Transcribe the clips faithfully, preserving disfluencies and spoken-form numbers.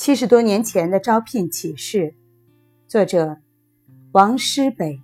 七十多年前的招聘启事，作者王师北。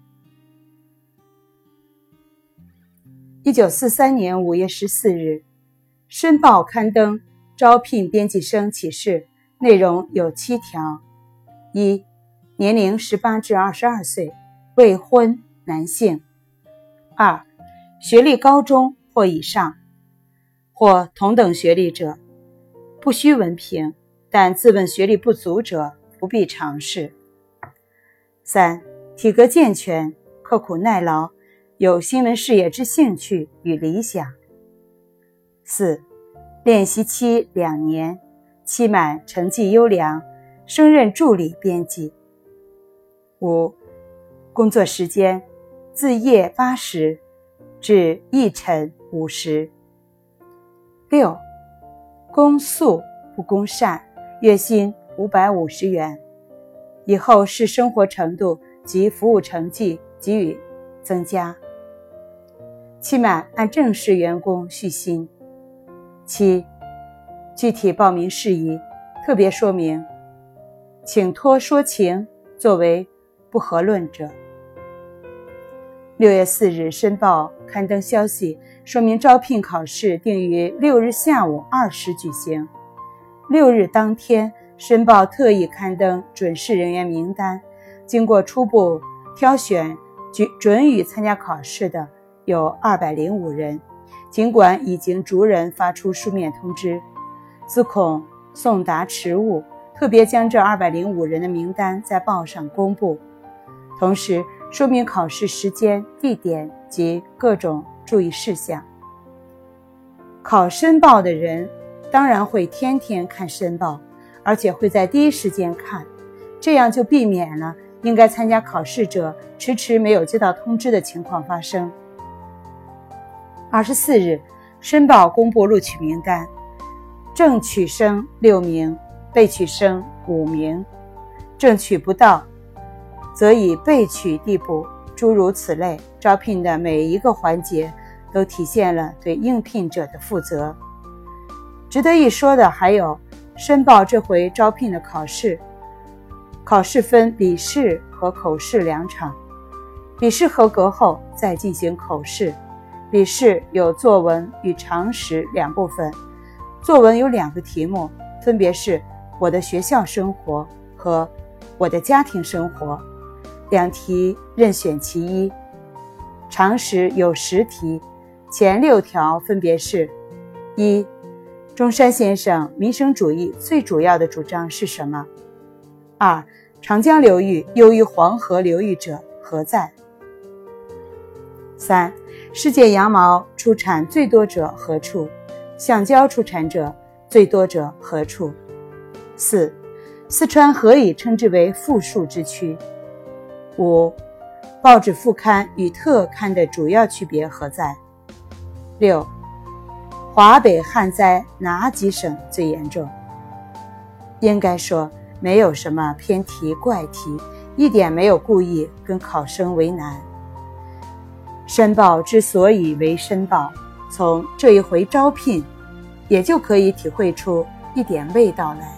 一九四三年五月十四日，申报刊登招聘编辑生启事，内容有七条：一、年龄十八至二十二岁，未婚男性；二、学历高中或以上，或同等学历者，不需文凭，但自问学历不足者不必尝试。三、体格健全，刻苦耐劳，有新闻事业之兴趣与理想。四、练习期两年，期满成绩优良，升任助理编辑。五、工作时间自夜八时至翌晨五时。六、公素不公善，月薪五百五十元，以后视生活程度及服务成绩给予增加。期满按正式员工续薪。七、具体报名事宜特别说明，请托说情作为不合论者。六月四日，申报刊登消息，说明招聘考试定于六日下午二时举行。六日当天，申报特意刊登准试人员名单，经过初步挑选，准予参加考试的有二百零五人。尽管已经逐人发出书面通知，自恐送达迟误，特别将这二百零五人的名单在报上公布，同时说明考试时间、地点及各种注意事项。考申报的人当然会天天看申报，而且会在第一时间看，这样就避免了应该参加考试者迟迟没有接到通知的情况发生。二十四日，申报公布录取名单，正取生六名，备取生五名，正取不到则以备取递补，诸如此类。招聘的每一个环节都体现了对应聘者的负责。值得一说的还有，申报这回招聘的考试，考试分笔试和口试两场，笔试合格后再进行口试。笔试有作文与常识两部分，作文有两个题目，分别是我的学校生活和我的家庭生活，两题任选其一。常识有十题，前六条分别是：一、中山先生民生主义最主要的主张是什么？二、长江流域优于黄河流域者何在？三、世界羊毛出产最多者何处？橡胶出产者最多者何处？四、四川何以称之为富庶之区？五、报纸副刊与特刊的主要区别何在？六、华北旱灾哪几省最严重？应该说没有什么偏题怪题，一点没有故意跟考生为难。申报之所以为申报，从这一回招聘也就可以体会出一点味道来。